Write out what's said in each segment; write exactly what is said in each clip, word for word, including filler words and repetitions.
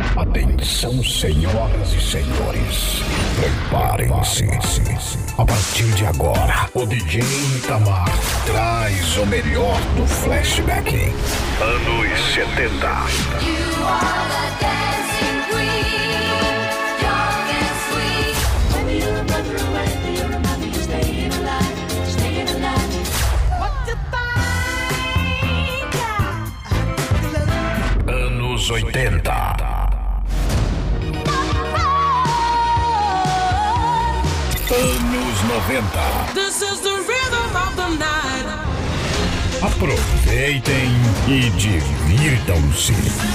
Atenção, senhoras e senhores, preparem-se. A partir de agora, o D J Itamar traz o melhor do flashback. Anos setenta. You are the dancing queen, young and sweet. Maybe you're a brother away, maybe you're a mother, you're staying alive, staying alive. What to find? Anos oitenta. Anos noventa. This is the rhythm of the night. Aproveitem e divirtam-se.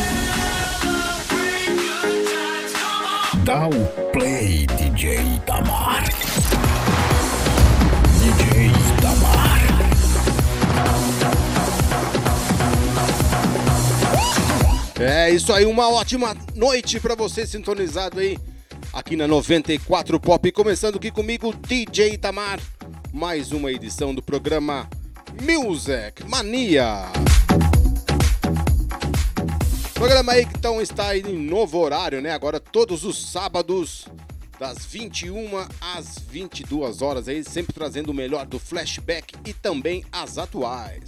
Dá o play, D J Itamar. D J Itamar. É isso aí, uma ótima noite pra você sintonizado aí aqui na noventa e quatro Pop, começando aqui comigo, D J Itamar, mais uma edição do programa Music Mania. Programa aí que então está aí em novo horário, né? Agora todos os sábados, das vinte e uma às vinte e duas horas aí, sempre trazendo o melhor do flashback e também as atuais.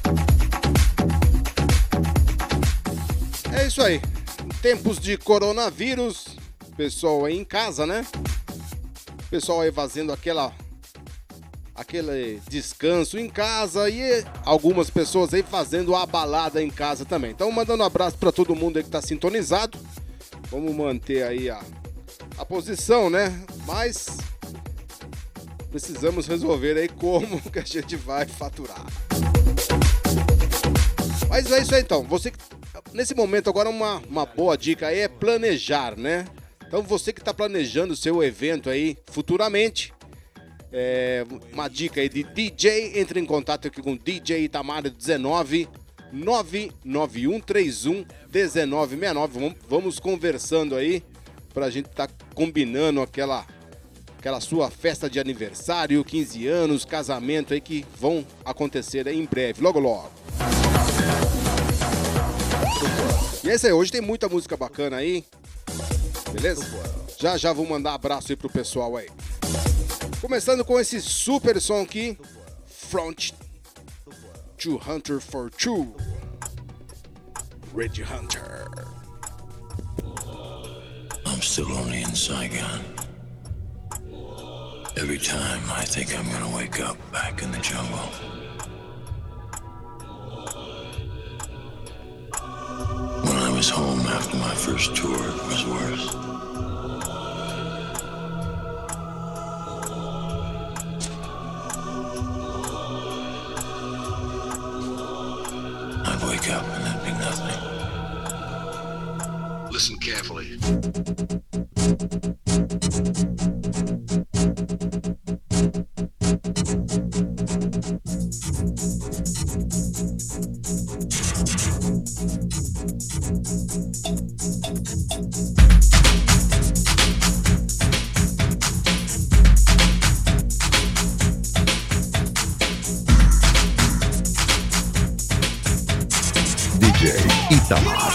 É isso aí, tempos de coronavírus, pessoal aí em casa, né? Pessoal aí fazendo aquela aquele descanso em casa e algumas pessoas aí fazendo a balada em casa também. Então mandando um abraço para todo mundo aí que tá sintonizado. Vamos manter aí a, a posição, né? Mas precisamos resolver aí como que a gente vai faturar. Mas é isso aí então. Você nesse momento agora uma, uma boa dica aí é planejar, né? Então você que está planejando o seu evento aí futuramente, é, uma dica aí de D J, entre em contato aqui com D J Itamar dezenove, nove nove um três um, um nove seis nove. Vamos, vamos conversando aí pra gente estar tá combinando aquela, aquela sua festa de aniversário, quinze anos, casamento aí que vão acontecer aí em breve, logo logo. E é isso aí, hoje tem muita música bacana aí. Beleza? Já já vou mandar abraço aí pro pessoal aí. Começando com esse super som aqui, Front to Hunter for Two, Red Hunter. I'm still only in Saigon. Every time I think I'm gonna wake up back in the jungle. When I was home after my first tour, it was worse. I'd wake up and there'd be nothing. Listen carefully. D J Itamar.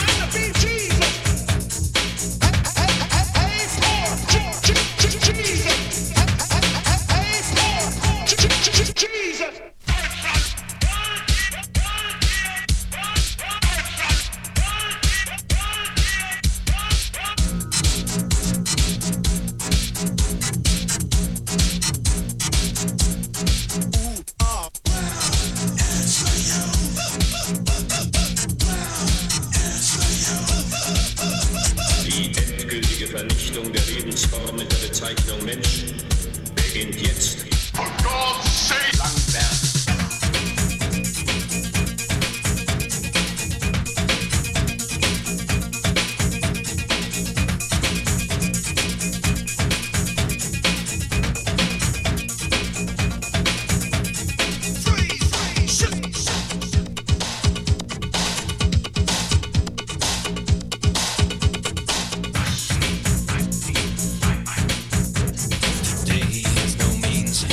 Vernichtung der Lebensform mit der Bezeichnung Mensch beginnt jetzt. For God's sake! Langberg. Day is no means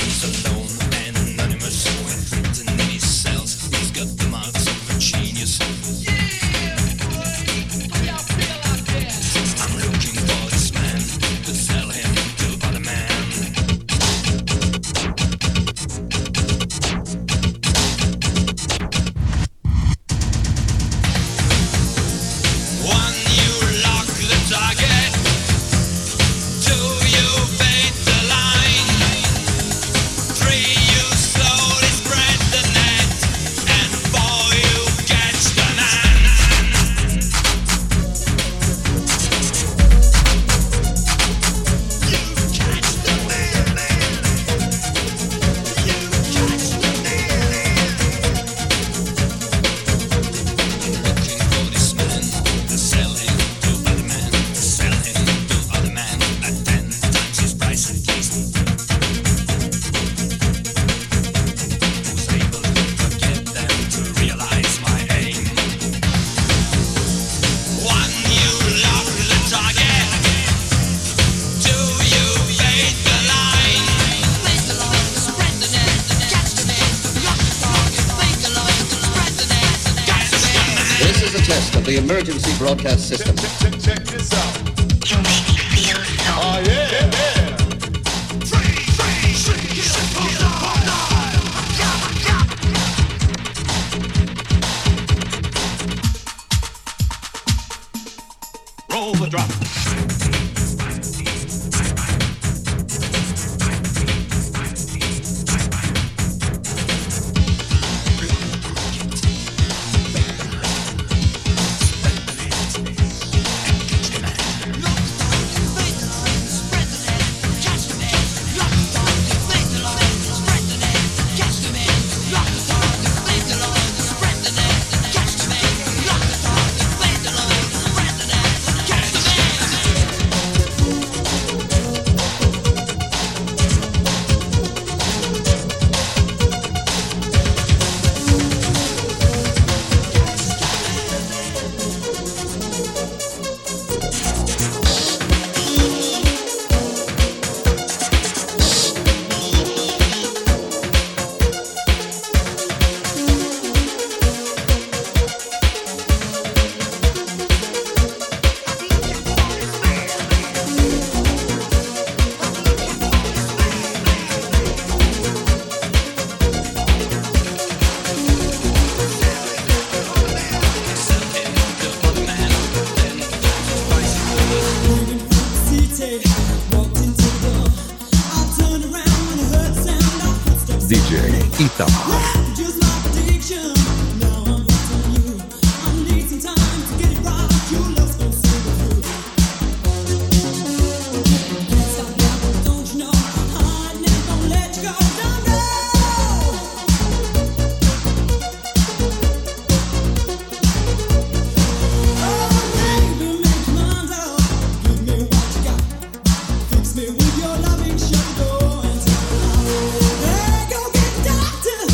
the emergency broadcast system. Check, check, check this out. You make me feel so. Oh yeah, yeah. Roll the drop. D J Itamar. With your loving show, go and tell. Hey, go get the doctor.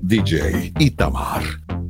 D J Itamar.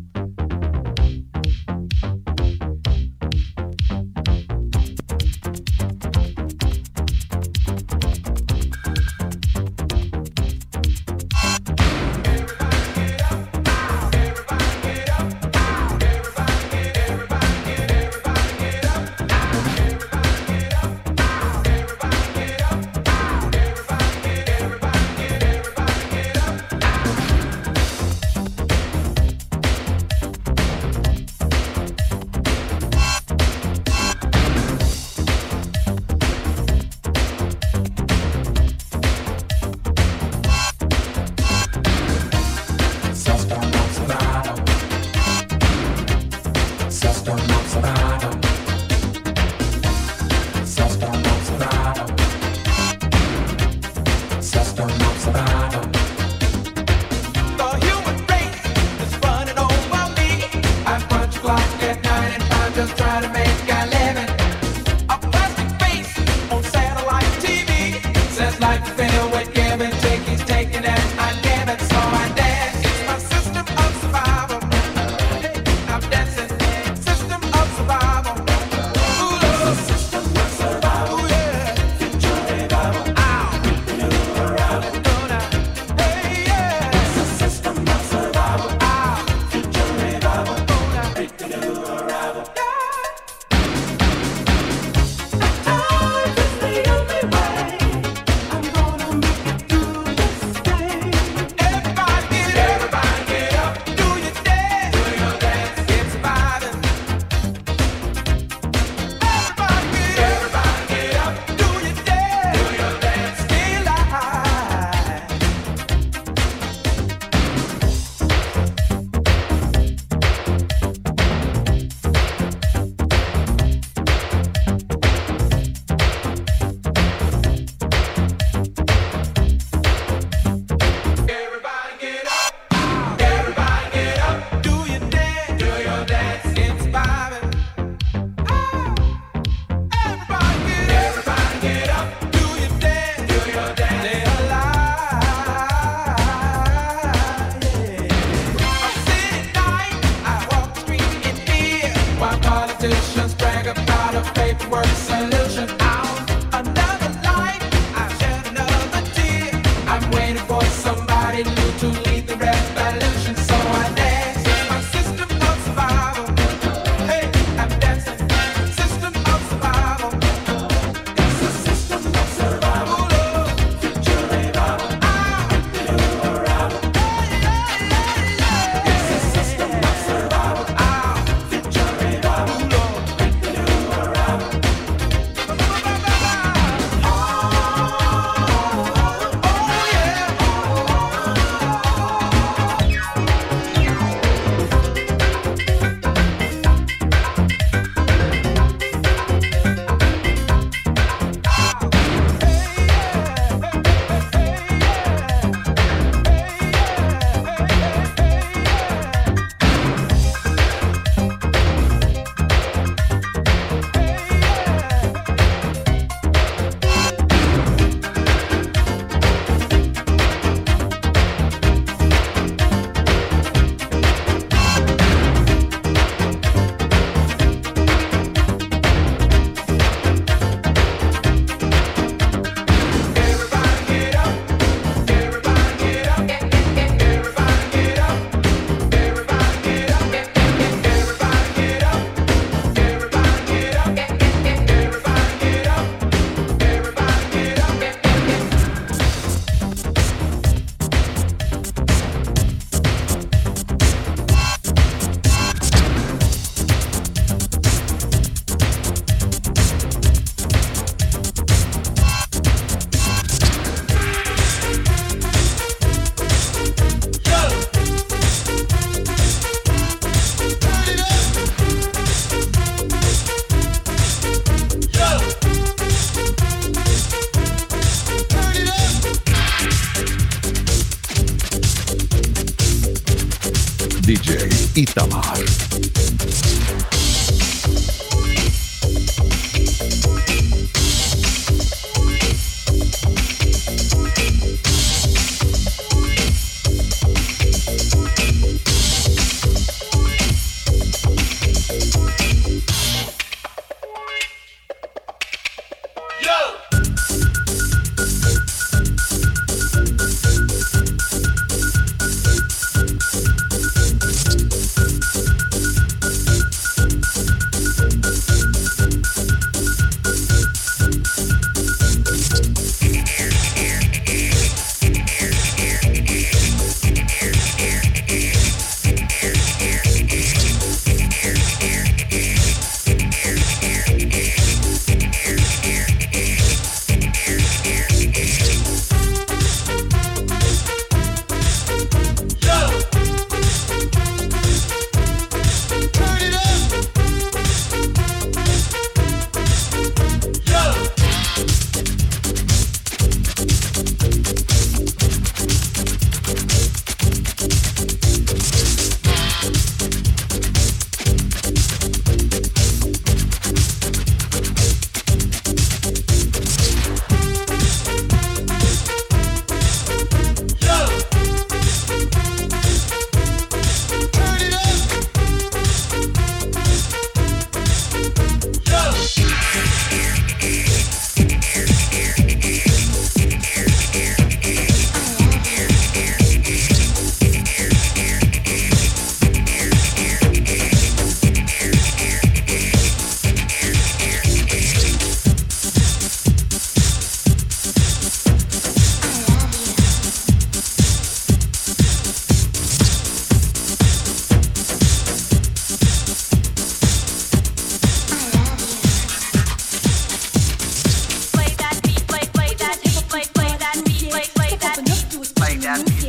D J Itamar.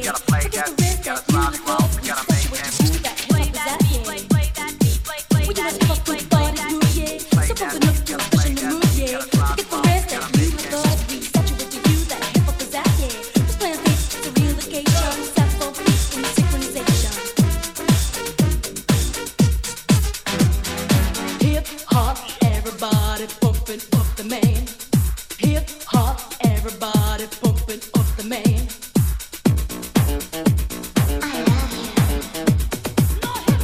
gotta play that beat, gotta drop it low, we gotta make that beat. Play that beat, play, play that beat, play, play that beat, play, play that beat. Play that beat, gotta play that beat, gotta drop it low, we gotta make that beat. Hip hop, everybody pumping up the man. Hip hop, everybody pumping up the man. I love you. No hip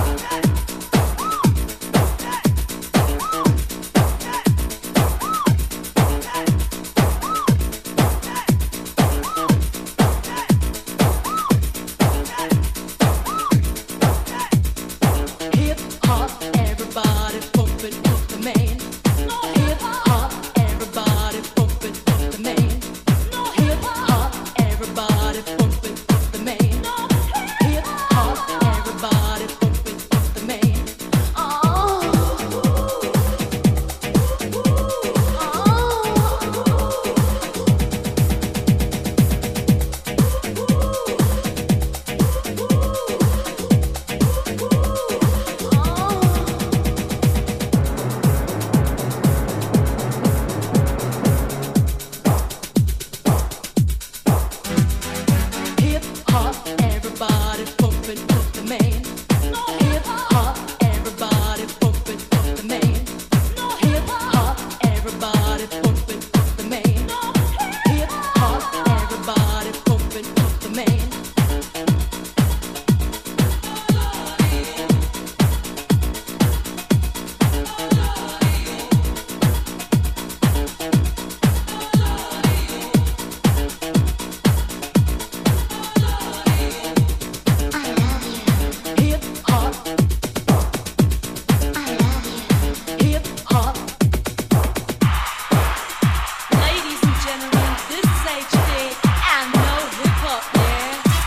Hip hop, everybody pumping up the man. Hip hop, everybody pumping up the man. Hip hop, everybody pumping up the man. Hip hop, everybody pumping up the man. Oh, hip hop, everybody pumping up the man. Hip hop, everybody pumping up the man. Hip hop, everybody pumping up the man. Hip hop, everybody pumping up the man. Hip hop. Hip hop. Ladies and gentlemen, this is H D and no hip hop, yeah.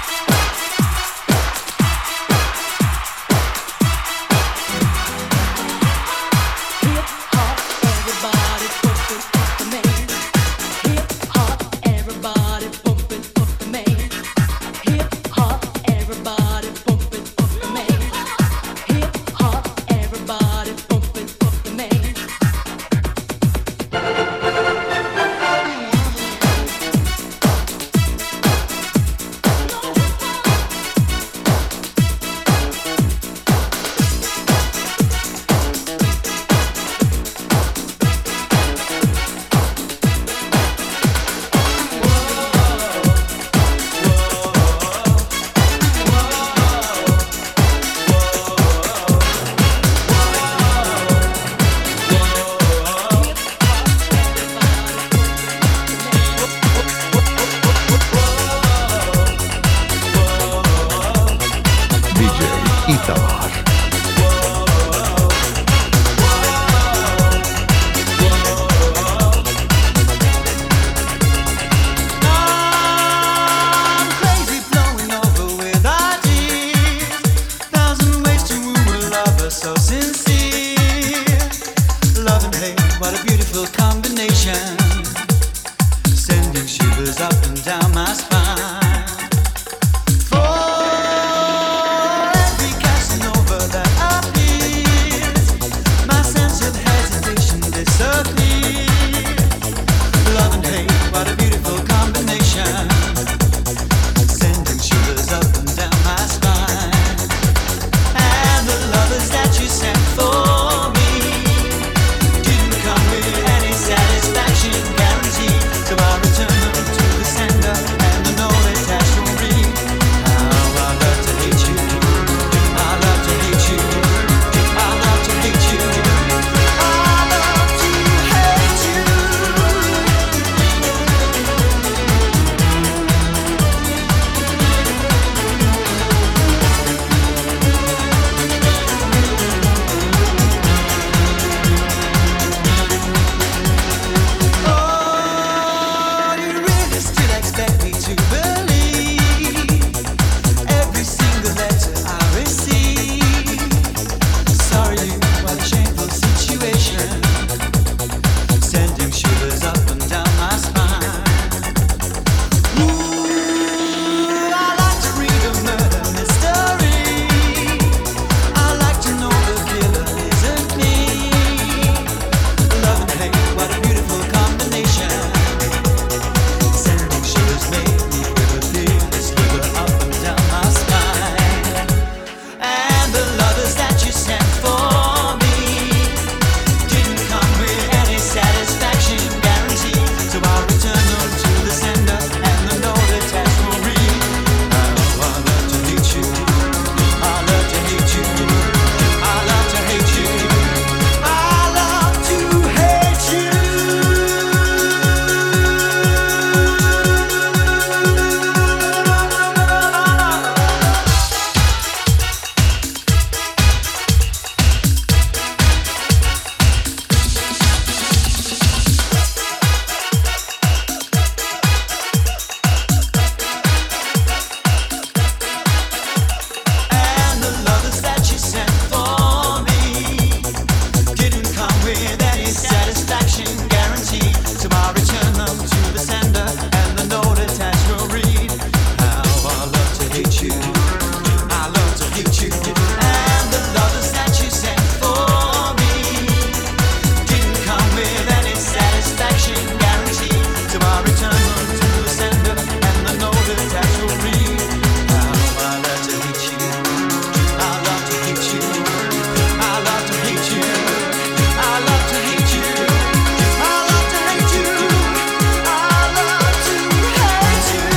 hate you. I love to hate you. And the lovers that you sent for me didn't come with any satisfaction guarantee. So I returned them to the sender and the note attached will read. How I love to hate you. I love to hate you. I love to hate you. I love to hate you. I love to hate you. I love to hate you.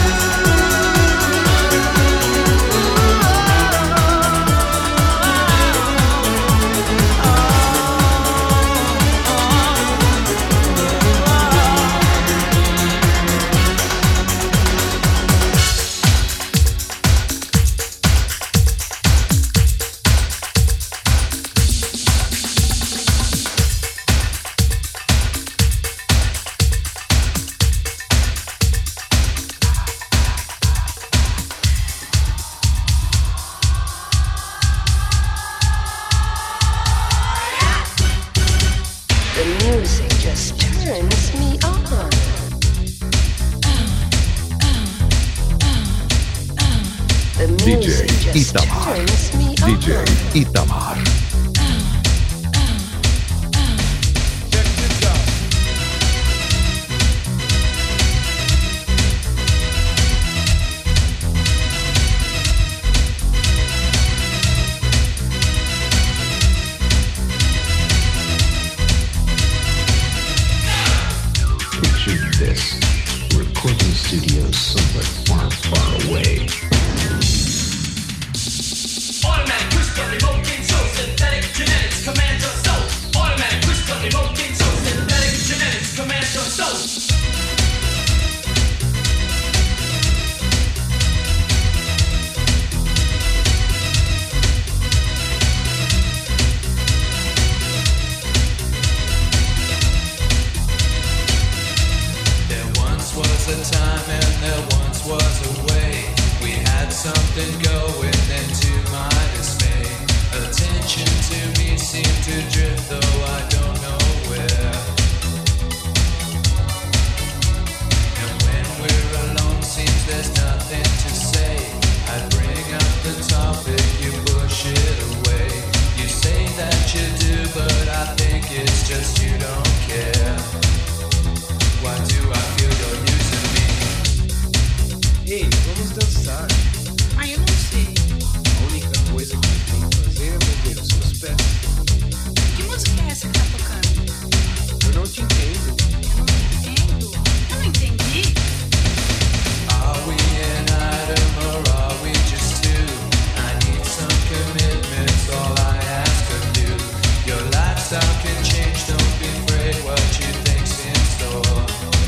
The music just turns me on. The D J music just Itamar. turns me D on. J Itamar. Picture this. Recording studio somewhere far, far away. Automatic crystal remote control, synthetic genetics, command your soul. Automatic crystal remote control, synthetic genetics, command your soul. There once was a time and there once was a way. We had something going into my dismay. Attention to me seemed to drift, though I don't know where. And when we're alone, seems there's nothing to say. I bring up the topic, you push it away. You say that you do, but I think it's just you don't care. Why do I feel you're using me? Ei, vamos dançar. Ah, eu não sei. A única coisa que eu tenho que fazer é mover os seus pés. Que música é essa que tá tocando? Eu não te entendo. Eu não entendo. Eu não entendi. Are we an item or are we just two? I need some commitments, all I ask of you. Your lifestyle can change, don't be afraid what you think's in store.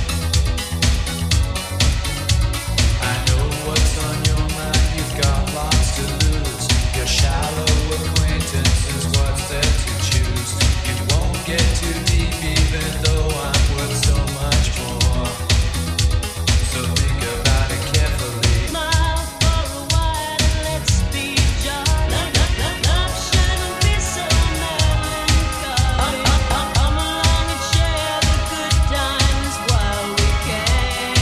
I know what's on your mind, you've got lots to lose. Your shallow acquaintance is what's there to choose. You won't get too deep even though I'm worth so much more. So think about it carefully. Smile for a while and let's be jolly. Love shouldn't be so melancholy. Come along and share the good times while we can.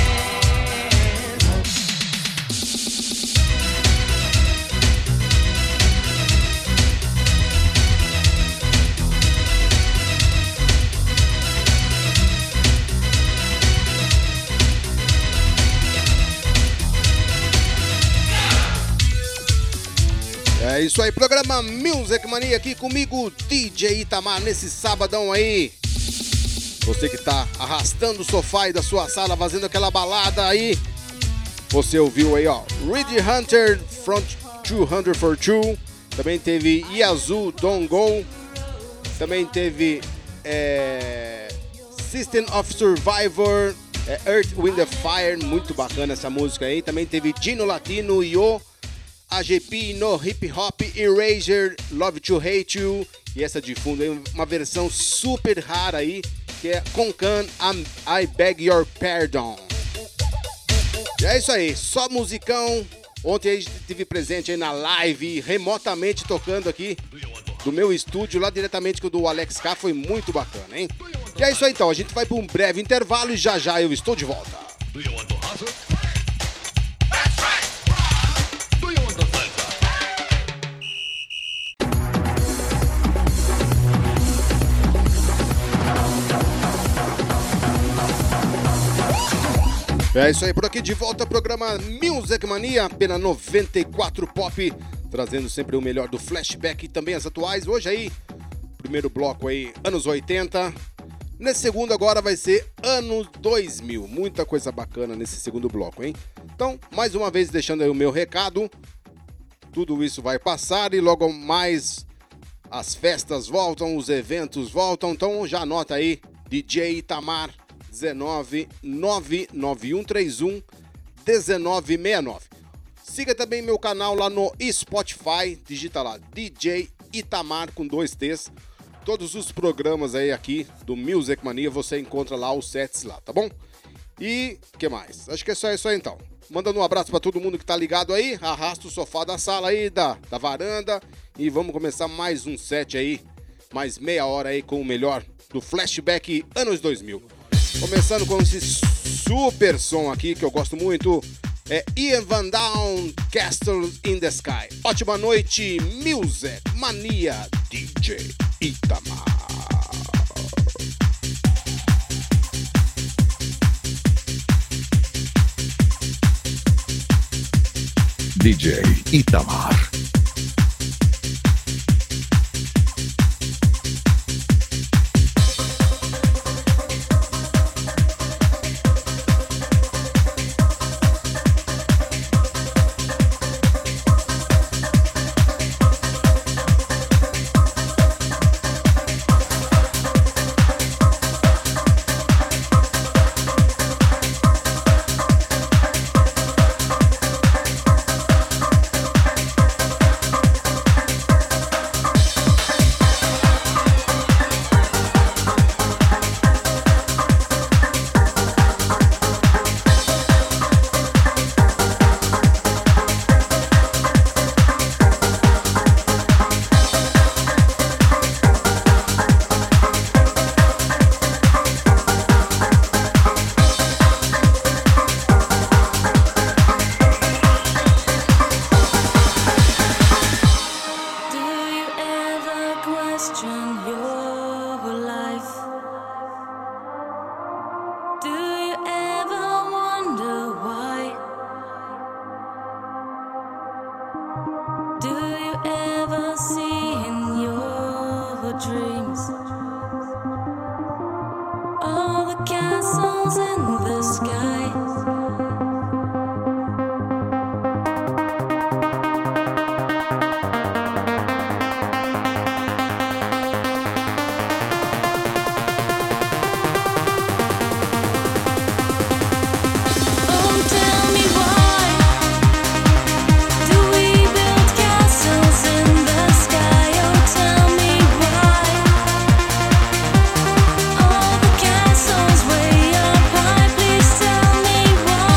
É isso aí, programa Music Mania aqui comigo, D J Itamar, nesse sabadão aí. Você que tá arrastando o sofá aí da sua sala, fazendo aquela balada aí. Você ouviu aí, ó, Reed Hunter, Front duzentos quarenta e dois. Também teve Yazoo, Don't Go. Também teve é, System of Survivor, é, Earth, Wind and Fire, muito bacana essa música aí. Também teve Dino Latino, Yo, A G P, No Hip Hop, Erasure, Love to Hate You. E essa de fundo aí, uma versão super rara aí, que é Concan, I'm, I Beg Your Pardon. E é isso aí, só musicão. Ontem a gente esteve presente aí na live, remotamente tocando aqui do meu estúdio, lá diretamente com o do Alex K, foi muito bacana, hein? E é isso aí então, a gente vai para um breve intervalo e já já eu estou de volta. Do É isso aí, por aqui de volta, programa Music Mania, apenas noventa e quatro Pop, trazendo sempre o melhor do flashback e também as atuais. Hoje aí, primeiro bloco aí, anos oitenta. Nesse segundo agora vai ser anos dois mil. Muita coisa bacana nesse segundo bloco, hein? Então, mais uma vez deixando aí o meu recado. Tudo isso vai passar e logo mais as festas voltam, os eventos voltam. Então já anota aí, D J Itamar dezenove nove nove um três um um nove seis nove. Siga também meu canal lá no Spotify, digita lá D J Itamar com dois T's. Todos os programas aí aqui do Music Mania você encontra lá os sets lá, tá bom? E o que mais? Acho que é só isso aí então. Mandando um abraço pra todo mundo que tá ligado aí, arrasta o sofá da sala aí, da, da varanda e vamos começar mais um set aí, mais meia hora aí com o melhor do flashback anos dois mil. Começando com esse super som aqui que eu gosto muito, é Ian Van Down, Castle in the Sky. Ótima noite, Music Mania, D J Itamar. D J Itamar. Castles way up high, please tell me why.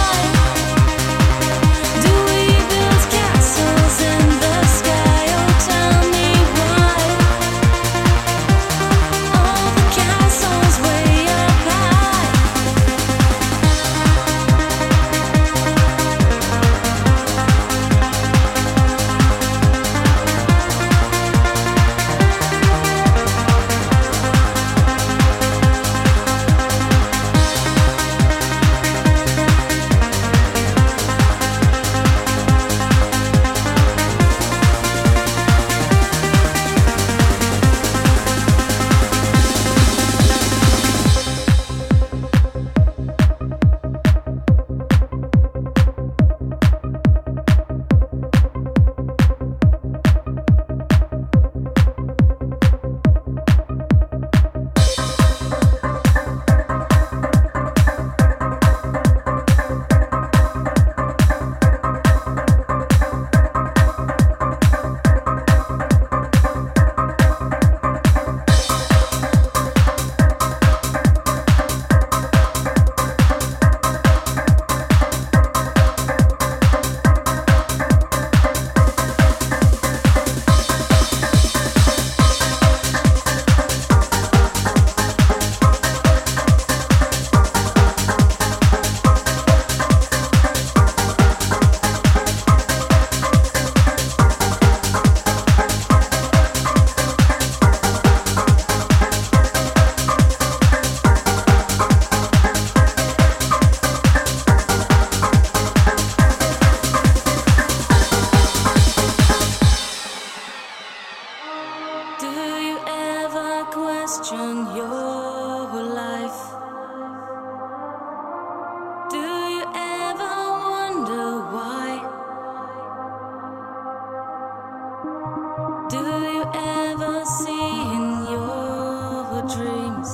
dreams.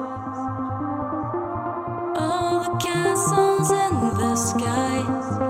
All the castles in the sky.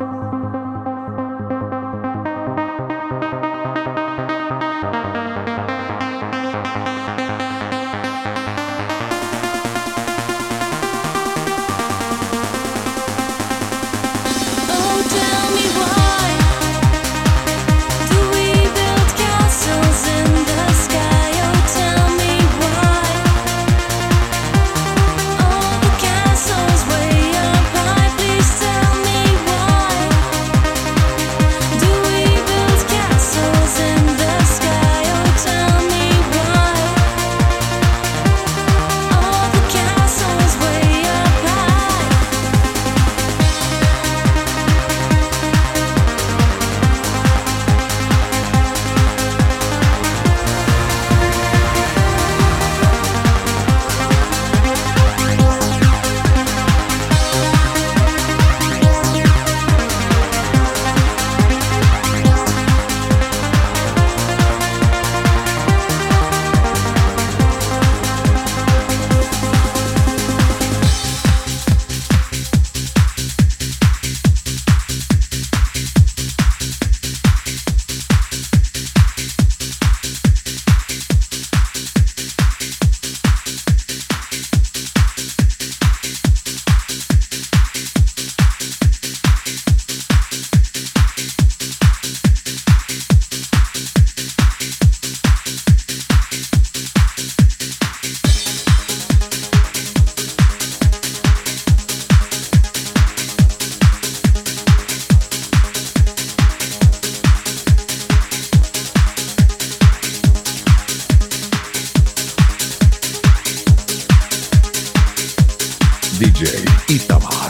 D J Itamar.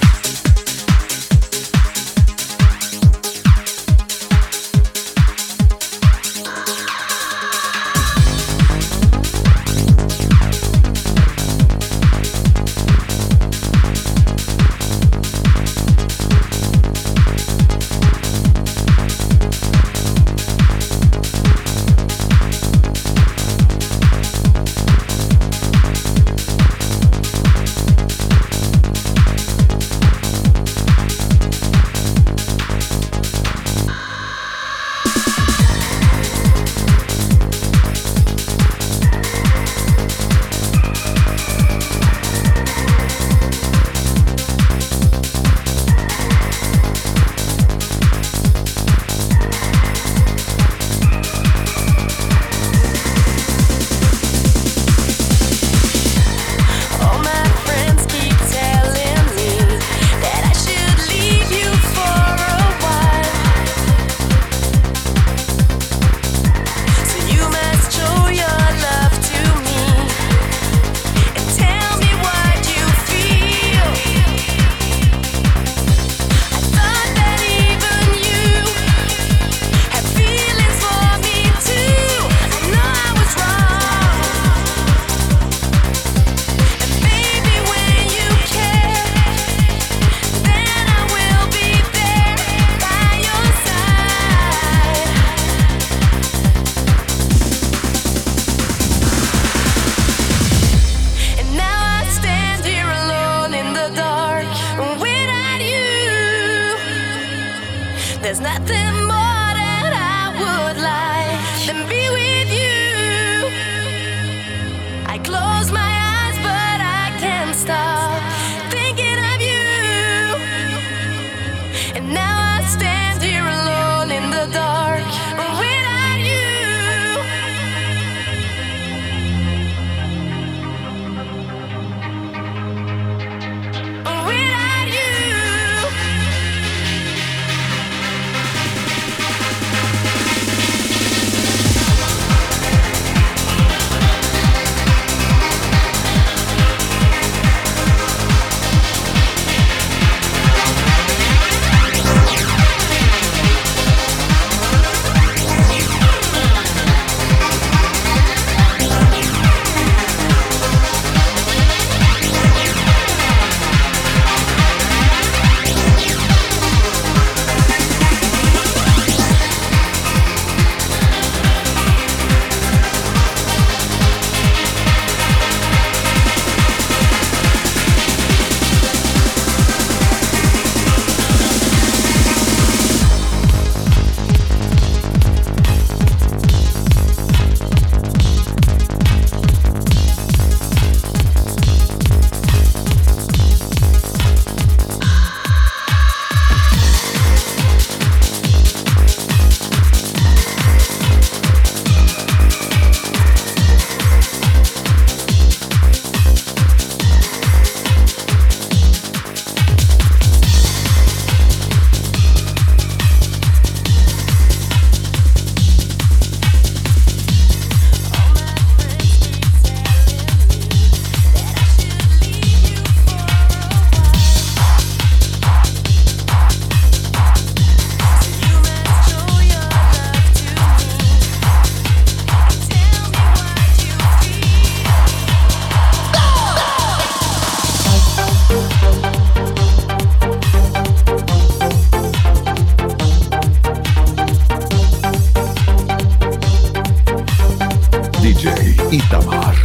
There's nothing more that I would like than be with you. I close my eyes, but I can't stop thinking of you. And now I stand here alone in the dark without you. Without you. Itamar.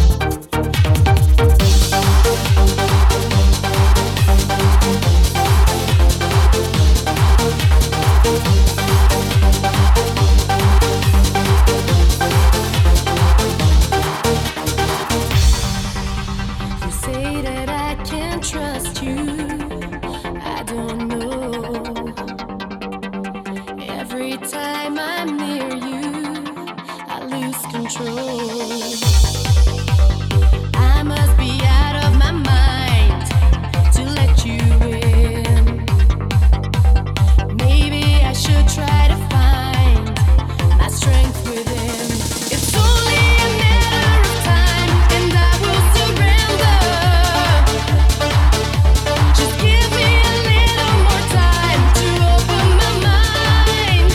You say that I can't trust you. I don't know. Every time I'm near you, I lose control. I must be out of my mind to let you in. Maybe I should try to find my strength within. It's only a matter of time, and I will surrender. Just give me a little more time to open my mind.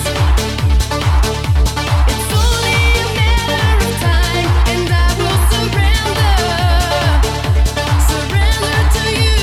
It's only a matter of time, and I will surrender. Surrender to you.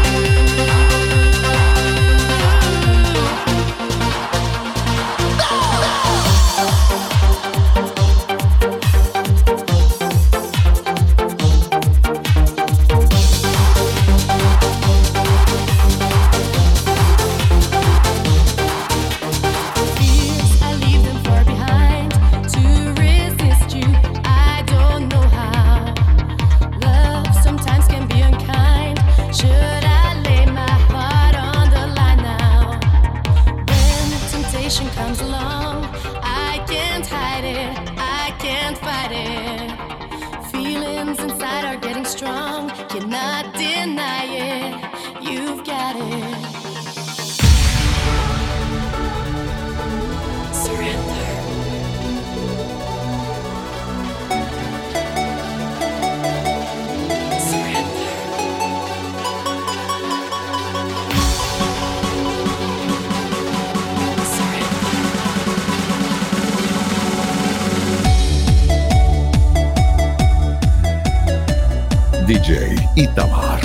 Fears, I leave them far behind to resist you. I don't know how. Love sometimes can be unkind. Should I lay my heart on the line now? When temptation comes along, I can't hide it. I can't fight it. Feelings inside are getting strong. Cannot deny it. You've got it. Surrender. Surrender. D J Itamar.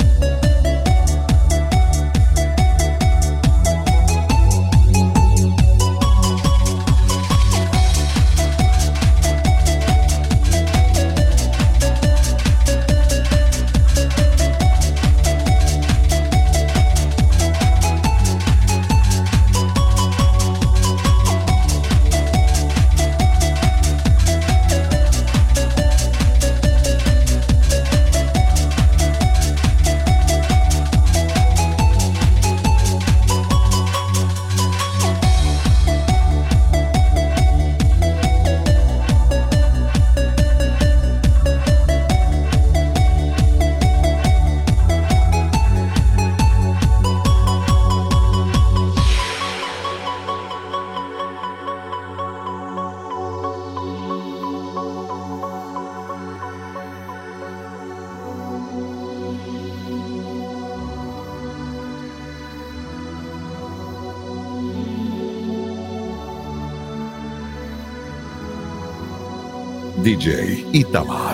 D J Itamar.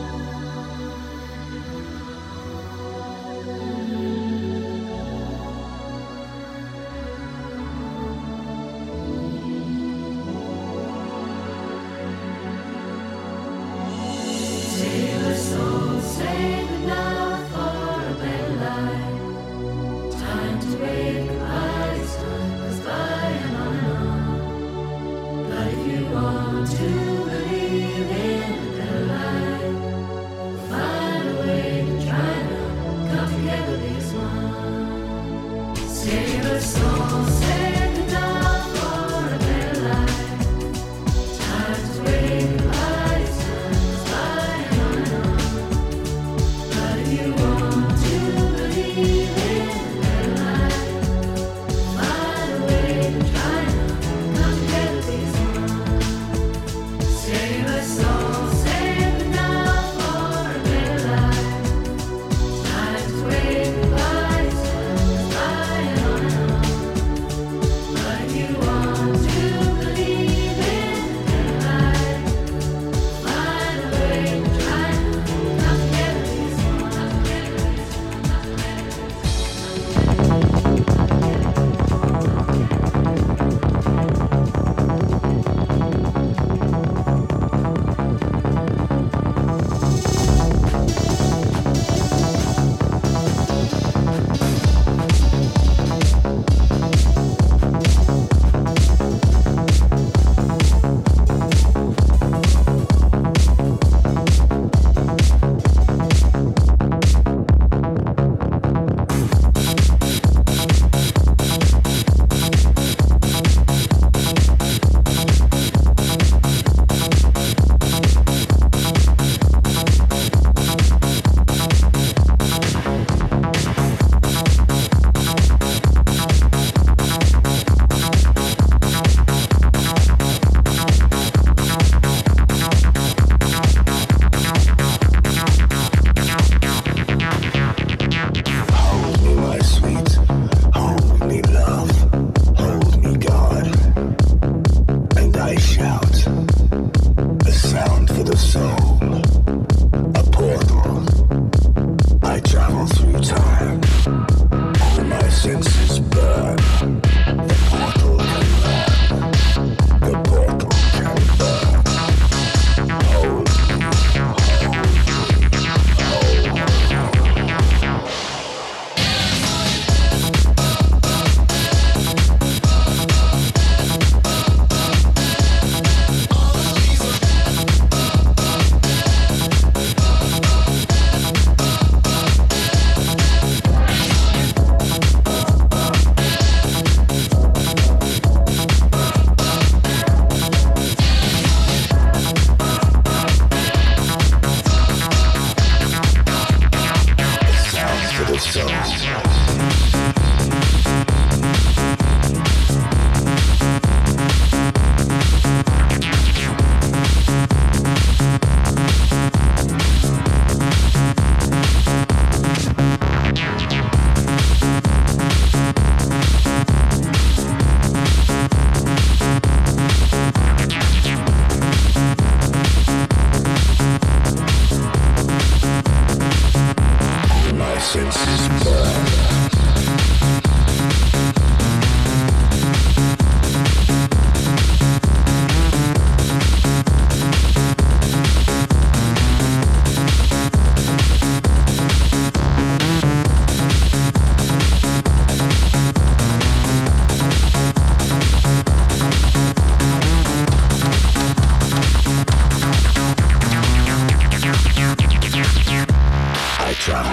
Save us all, save it now for a better life. Time to wake up, it's time goes by and on and on. But if you want to believe in a better life, find a way to try to come together as one. Save us all, save it now for a better life. Time to wake up, it's time goes by and on and on.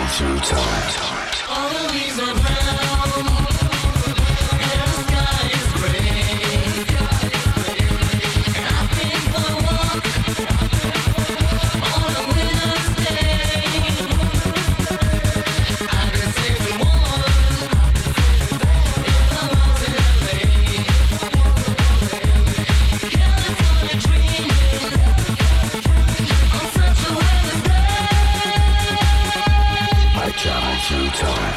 travel through time. All the leaves are brown, and the sky is gray. And I've been for a walk on a winter's day. I've been safe and warm if I was in L A. California dreaming on such a weather's day. I travel through time.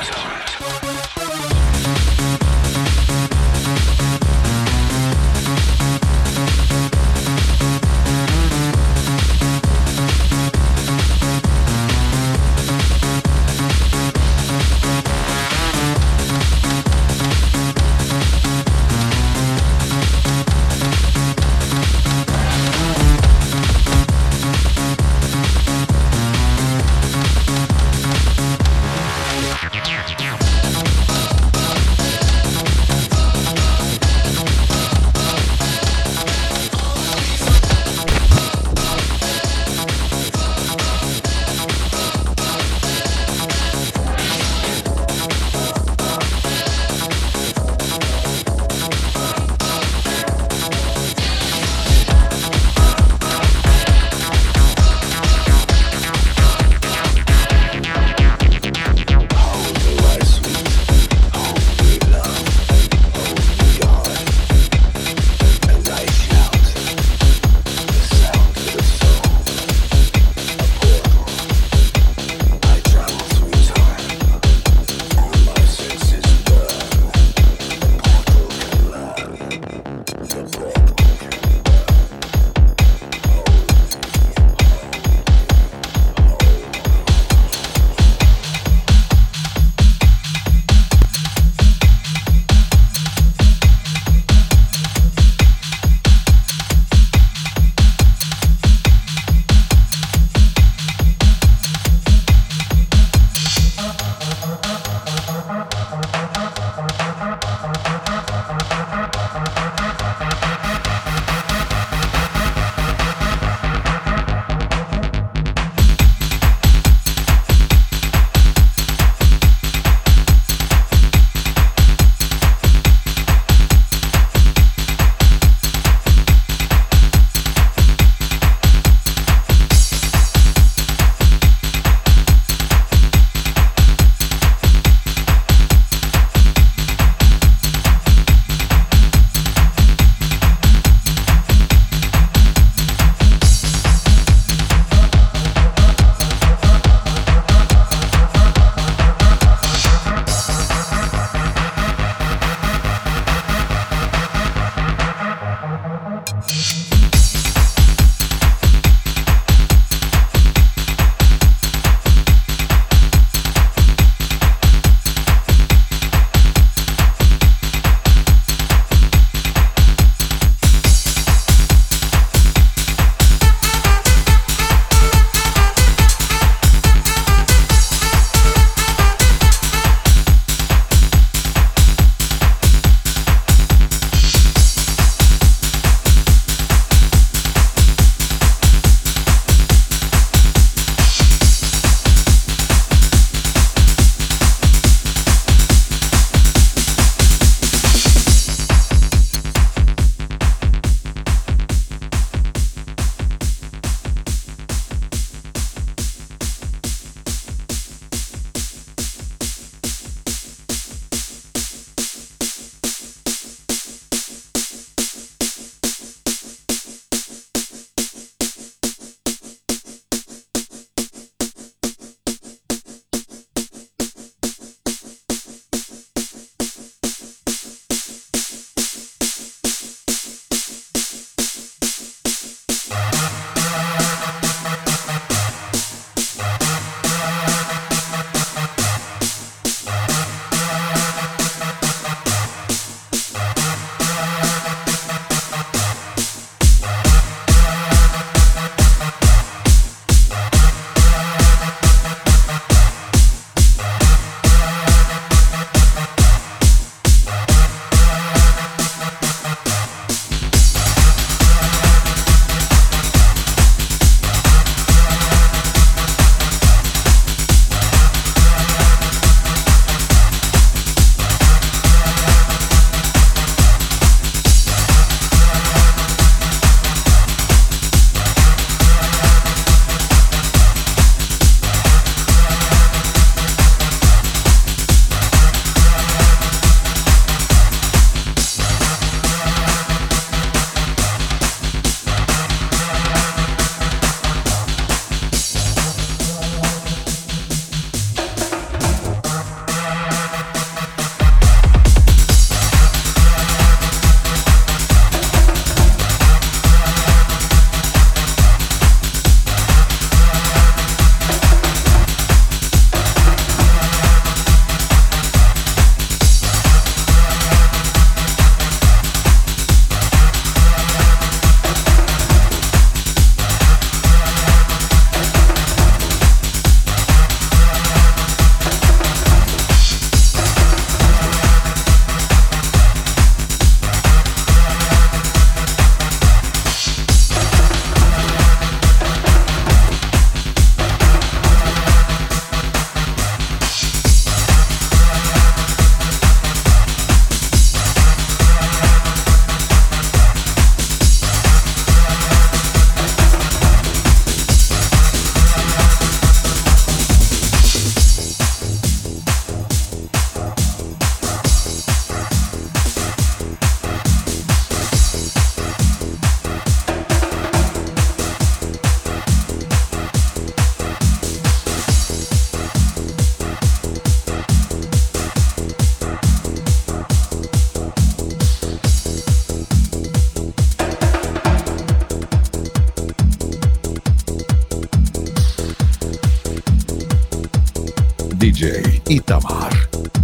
D J Itamar.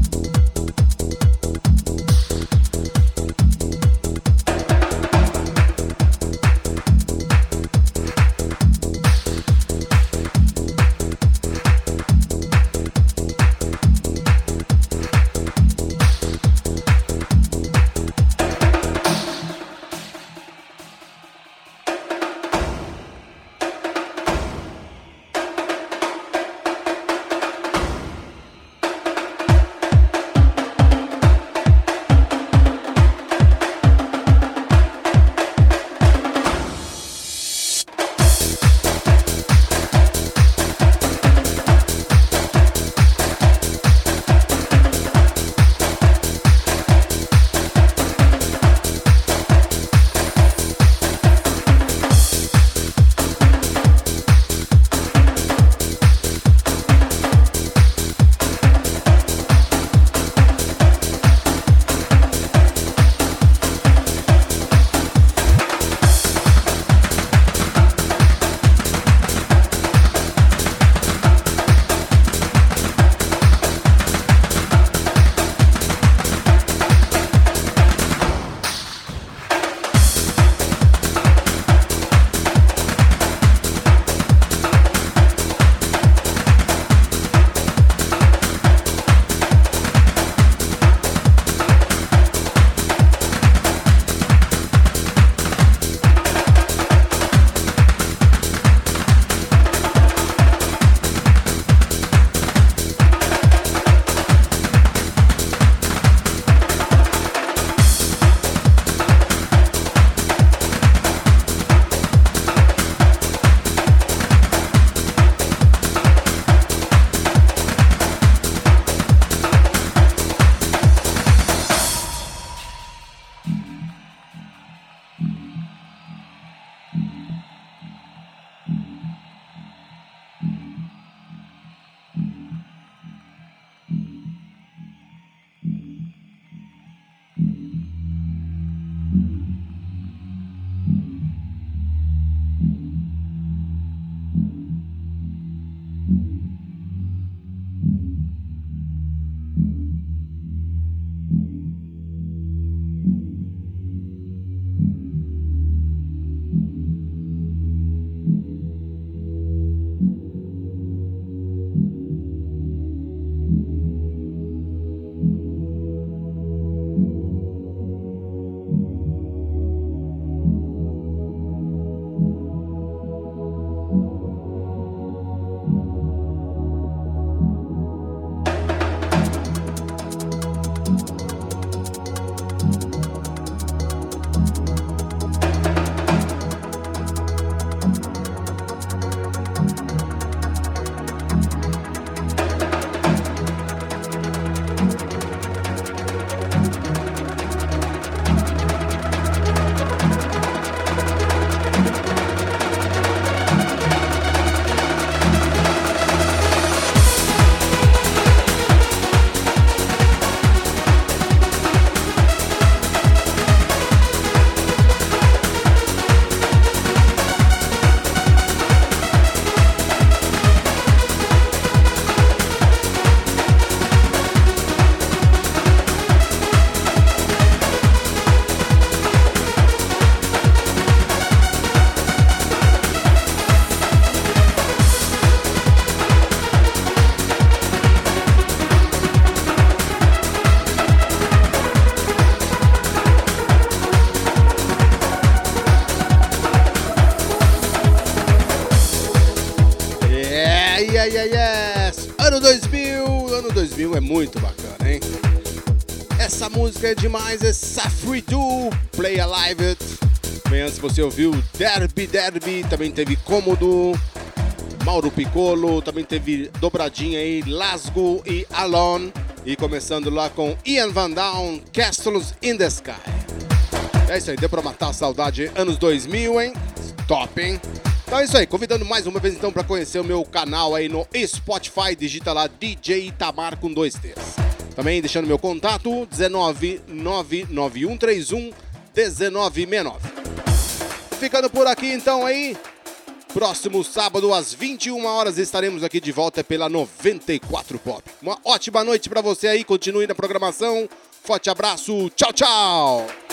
Ano dois mil, ano dois mil é muito bacana, hein? Essa música é demais, é Safri Do, Play Alive It. Bem antes você ouviu Derby Derby, também teve Cômodo, Mauro Piccolo, também teve dobradinha aí, Lasgo e Alon. E começando lá com Ian Van Down, Castles in the Sky. É isso aí, deu pra matar a saudade, anos dois mil, hein? Top, hein? Então é isso aí, convidando mais uma vez então para conhecer o meu canal aí no Spotify, digita lá D J Itamar com dois T's. Também deixando meu contato, dezenove nove nove um três um dezenove sessenta e nove. Ficando por aqui então aí, Próximo sábado, às vinte e uma horas, estaremos aqui de volta pela noventa e quatro Pop. Uma ótima noite pra você aí, continue na programação. Forte abraço, tchau, tchau!